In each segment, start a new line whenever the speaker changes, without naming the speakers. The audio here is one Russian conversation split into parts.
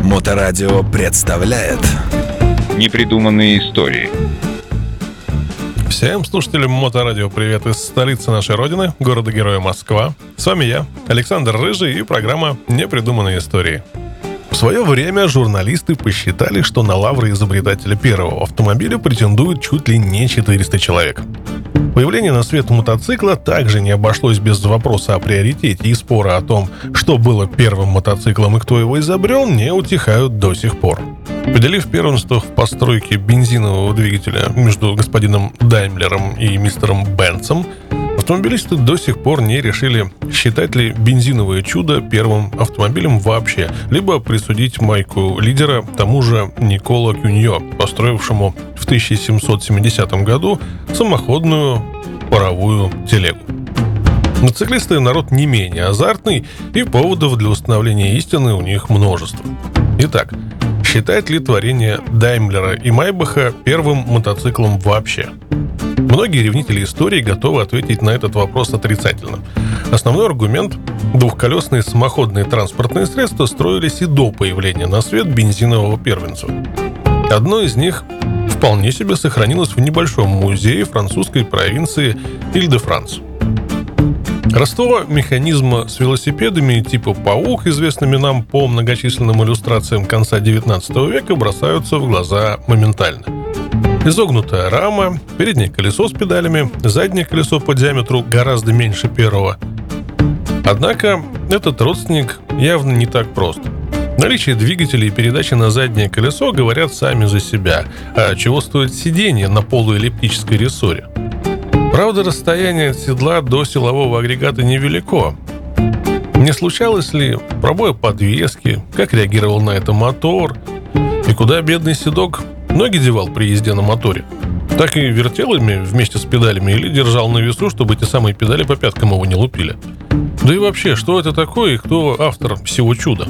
Моторадио представляет
Непридуманные истории.
Всем слушателям Моторадио привет из столицы нашей родины, города-героя Москва. С вами я, Александр Рыжий, и программа «Непридуманные истории». В свое время журналисты посчитали, что на лавры изобретателя первого автомобиля претендуют чуть ли не 400 человек. Появление на свет мотоцикла также не обошлось без вопроса о приоритете, и спора о том, что было первым мотоциклом и кто его изобрел, не утихают до сих пор. Поделив первенство в постройке бензинового двигателя между господином Даймлером и мистером Бенцем, автомобилисты до сих пор не решили, считать ли бензиновое чудо первым автомобилем вообще, либо присудить майку лидера тому же Никола Кюньо, построившему в 1770 году самоходную паровую телегу. Мотоциклисты — народ не менее азартный, и поводов для установления истины у них множество. Итак, считать ли творение Даймлера и Майбаха первым мотоциклом вообще? Многие ревнители истории готовы ответить на этот вопрос отрицательно. Основной аргумент – двухколесные самоходные транспортные средства строились и до появления на свет бензинового первенца. Одно из них вполне себе сохранилось в небольшом музее французской провинции Иль-де-Франс. Родство механизма с велосипедами типа «Паук», известными нам по многочисленным иллюстрациям конца XIX века, бросаются в глаза моментально. Изогнутая рама, переднее колесо с педалями, заднее колесо по диаметру гораздо меньше первого. Однако этот родственник явно не так прост. Наличие двигателя и передачи на заднее колесо говорят сами за себя, а чего стоит сиденье на полуэллиптической рессоре. Правда, расстояние от седла до силового агрегата невелико. Не случалось ли пробоя подвески, как реагировал на это мотор, и куда бедный седок ноги девал при езде на моторе? Так и вертел ими вместе с педалями или держал на весу, чтобы эти самые педали по пяткам его не лупили? Да и вообще, что это такое и кто автор всего чуда?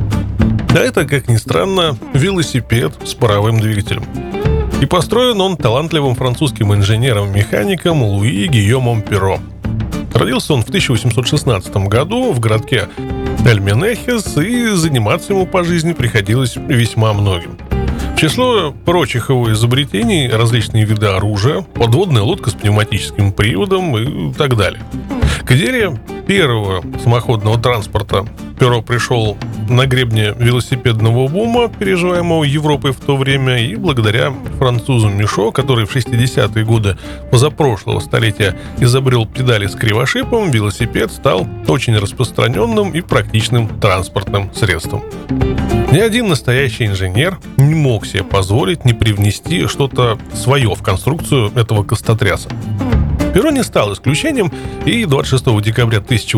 А это, как ни странно, велосипед с паровым двигателем. И построен он талантливым французским инженером-механиком Луи Гийомом Перро. Родился он в 1816 году в городке Эльменехес, и заниматься ему по жизни приходилось весьма многим. В число прочих его изобретений различные виды оружия, подводная лодка с пневматическим приводом и так далее. К идее первого самоходного транспорта Перро пришел на гребне велосипедного бума, переживаемого Европой в то время, и благодаря французу Мишо, который в 60-е годы позапрошлого столетия изобрел педали с кривошипом, велосипед стал очень распространенным и практичным транспортным средством. Ни один настоящий инженер не мог себе позволить не привнести что-то свое в конструкцию этого костотряса. Перро не стал исключением и 26 декабря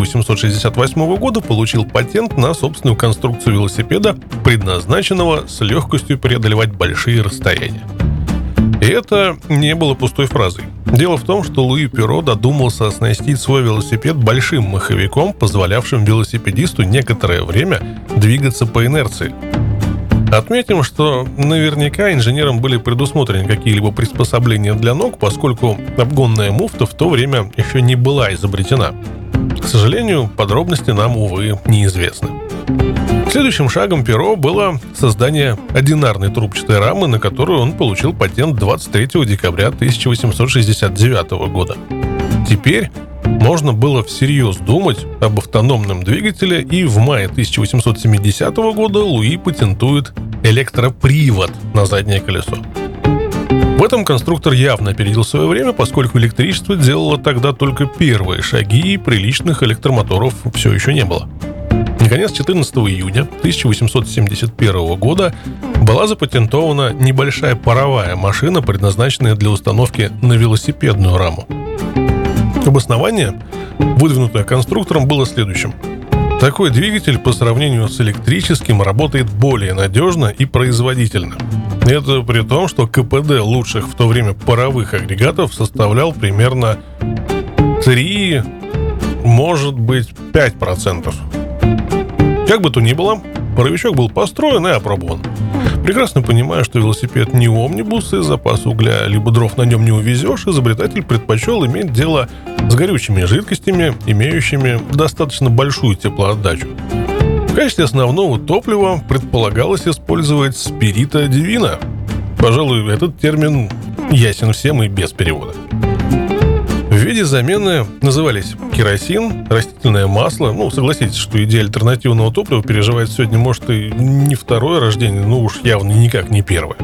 1868 года получил патент на собственную конструкцию велосипеда, предназначенного с легкостью преодолевать большие расстояния. И это не было пустой фразой. Дело в том, что Луи Перро додумался оснастить свой велосипед большим маховиком, позволявшим велосипедисту некоторое время двигаться по инерции. Отметим, что наверняка инженерам были предусмотрены какие-либо приспособления для ног, поскольку обгонная муфта в то время еще не была изобретена. К сожалению, подробности нам, увы, неизвестны. Следующим шагом Перро было создание одинарной трубчатой рамы, на которую он получил патент 23 декабря 1869 года. Теперь можно было всерьез думать об автономном двигателе, и в мае 1870 года Луи патентует электропривод на заднее колесо. В этом конструктор явно опередил свое время, поскольку электричество делало тогда только первые шаги, и приличных электромоторов все еще не было. Наконец, 14 июня 1871 года была запатентована небольшая паровая машина, предназначенная для установки на велосипедную раму. Обоснование, выдвинутое конструктором, было следующим. Такой двигатель по сравнению с электрическим работает более надежно и производительно. Это при том, что КПД лучших в то время паровых агрегатов составлял примерно 3, может быть, 5%. Как бы то ни было, паровичок был построен и опробован. Прекрасно понимая, что велосипед не омнибус, и запас угля либо дров на нем не увезешь, изобретатель предпочел иметь дело с горючими жидкостями, имеющими достаточно большую теплоотдачу. В качестве основного топлива предполагалось использовать спирита дивина. Пожалуй, этот термин ясен всем и без перевода. В виде замены назывались керосин, растительное масло. Согласитесь, что идея альтернативного топлива переживает сегодня, может, и не второе рождение, но уж явно никак не первое.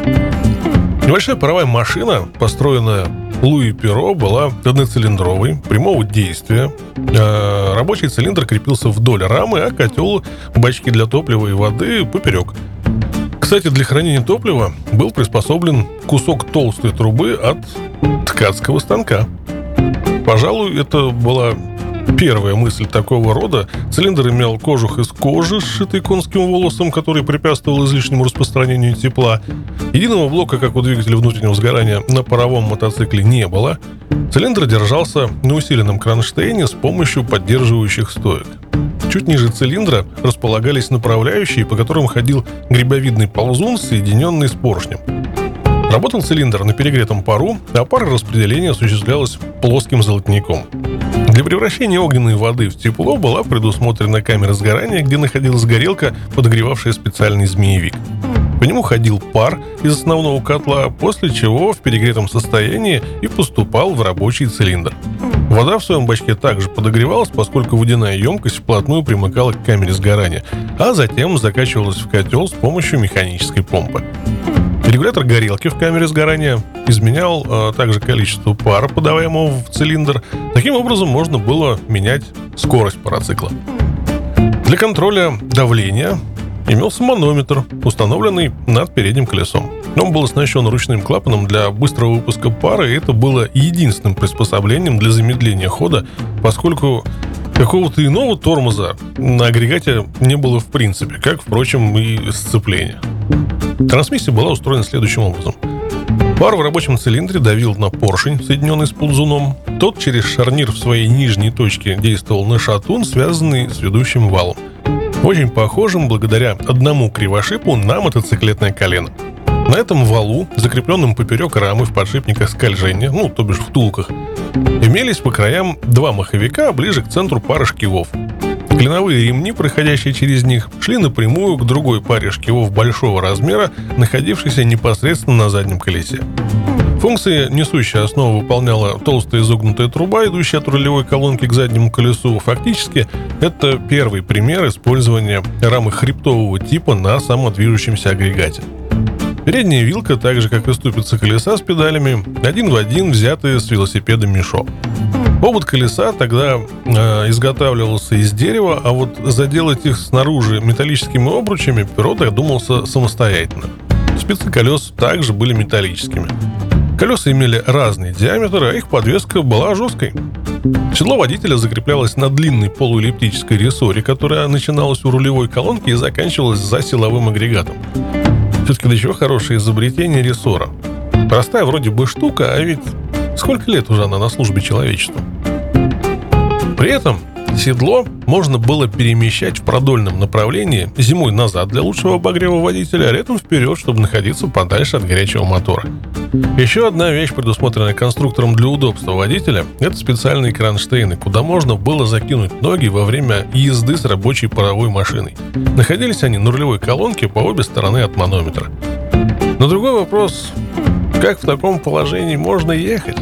Небольшая паровая машина, построенная Луи Перо, была одноцилиндровой, прямого действия. Рабочий цилиндр крепился вдоль рамы, а котел, бачки для топлива и воды поперек. Кстати, для хранения топлива был приспособлен кусок толстой трубы от ткацкого станка. Пожалуй, это была первая мысль такого рода. Цилиндр имел кожух из кожи, сшитый конским волосом, который препятствовал излишнему распространению тепла. Единого блока, как у двигателя внутреннего сгорания, на паровом мотоцикле не было. Цилиндр держался на усиленном кронштейне с помощью поддерживающих стоек. Чуть ниже цилиндра располагались направляющие, по которым ходил грибовидный ползун, соединенный с поршнем. Работал цилиндр на перегретом пару, а пара распределения осуществлялась плоским золотником. Для превращения огненной воды в тепло была предусмотрена камера сгорания, где находилась горелка, подогревавшая специальный змеевик. По нему ходил пар из основного котла, после чего в перегретом состоянии и поступал в рабочий цилиндр. Вода в своем бачке также подогревалась, поскольку водяная емкость вплотную примыкала к камере сгорания, а затем закачивалась в котел с помощью механической помпы. Регулятор горелки в камере сгорания изменял также количество пара, подаваемого в цилиндр. Таким образом, можно было менять скорость парацикла. Для контроля давления имелся манометр, установленный над передним колесом. Он был оснащен ручным клапаном для быстрого выпуска пара, и это было единственным приспособлением для замедления хода, поскольку какого-то иного тормоза на агрегате не было в принципе, как, впрочем, и сцепления. Трансмиссия была устроена следующим образом. Пар в рабочем цилиндре давил на поршень, соединенный с ползуном. Тот через шарнир в своей нижней точке действовал на шатун, связанный с ведущим валом, очень похожим благодаря одному кривошипу на мотоциклетное колено. На этом валу, закрепленном поперек рамы в подшипниках скольжения, то бишь втулках, имелись по краям два маховика ближе к центру пары шкивов. Клиновые ремни, проходящие через них, шли напрямую к другой паре шкивов большого размера, находившейся непосредственно на заднем колесе. Функции несущей основы выполняла толстая изогнутая труба, идущая от рулевой колонки к заднему колесу. Фактически, это первый пример использования рамы хребтового типа на самодвижущемся агрегате. Передняя вилка, так же как и ступицы колеса с педалями, один в один взятые с велосипеда Мишо. Обод колеса тогда изготавливался из дерева, а вот заделать их снаружи металлическими обручами Перо додумался самостоятельно. Спицы колес также были металлическими. Колеса имели разный диаметр, а их подвеска была жесткой. Седло водителя закреплялось на длинной полуэллиптической рессоре, которая начиналась у рулевой колонки и заканчивалась за силовым агрегатом. Все-таки до чего хорошее изобретение рессора. Простая вроде бы штука, а ведь сколько лет уже она на службе человечеству. При этом седло можно было перемещать в продольном направлении зимой назад для лучшего обогрева водителя, а летом вперед, чтобы находиться подальше от горячего мотора. Еще одна вещь, предусмотренная конструктором для удобства водителя, это специальные кронштейны, куда можно было закинуть ноги во время езды с рабочей паровой машиной. Находились они на рулевой колонке по обе стороны от манометра. Но другой вопрос: как в таком положении можно ехать?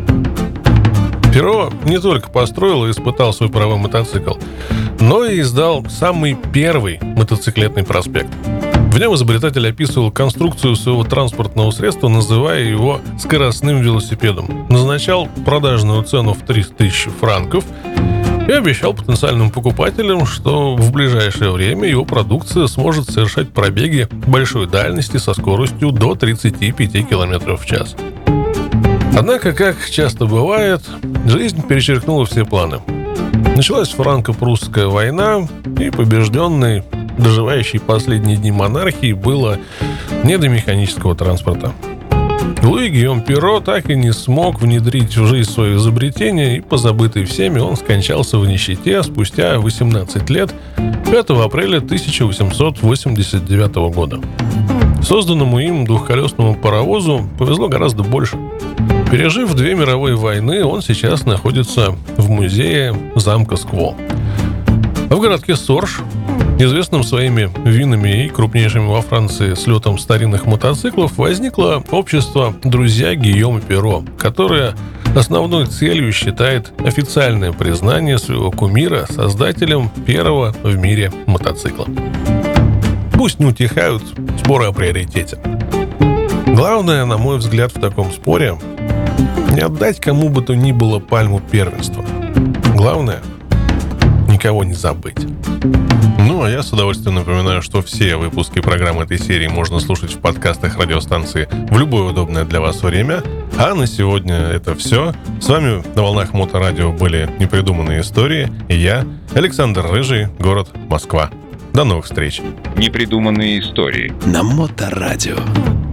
Перо не только построил и испытал свой паровой мотоцикл, но и издал самый первый мотоциклетный проспект. В нем изобретатель описывал конструкцию своего транспортного средства, называя его скоростным велосипедом. Назначал продажную цену в 30 тысяч франков и обещал потенциальным покупателям, что в ближайшее время его продукция сможет совершать пробеги большой дальности со скоростью до 35 км в час. Однако, как часто бывает, жизнь перечеркнула все планы. Началась франко-прусская война, и побежденный, доживающий последние дни монархии, было не до механического транспорта. Луи Гийом Перо так и не смог внедрить в жизнь свое изобретение, и, позабытый всеми, он скончался в нищете спустя 18 лет, 5 апреля 1889 года. Созданному им двухколесному паровозу повезло гораздо больше. Пережив 2 мировые войны, он сейчас находится в музее замка Скво. А в городке Сорж Известным своими винами и крупнейшими во Франции слетом старинных мотоциклов возникло общество «Друзья Гийома Перро», которое основной целью считает официальное признание своего кумира создателем первого в мире мотоцикла. Пусть не утихают споры о приоритете. Главное, на мой взгляд, в таком споре не отдать кому бы то ни было пальму первенства. Главное — никого не забыть. Ну, а я с удовольствием напоминаю, что все выпуски программы этой серии можно слушать в подкастах радиостанции в любое удобное для вас время. А на сегодня это все. С вами на волнах Моторадио были «Непридуманные истории» и я, Александр Рыжий, город Москва. До новых встреч.
Непридуманные истории.
На Моторадио.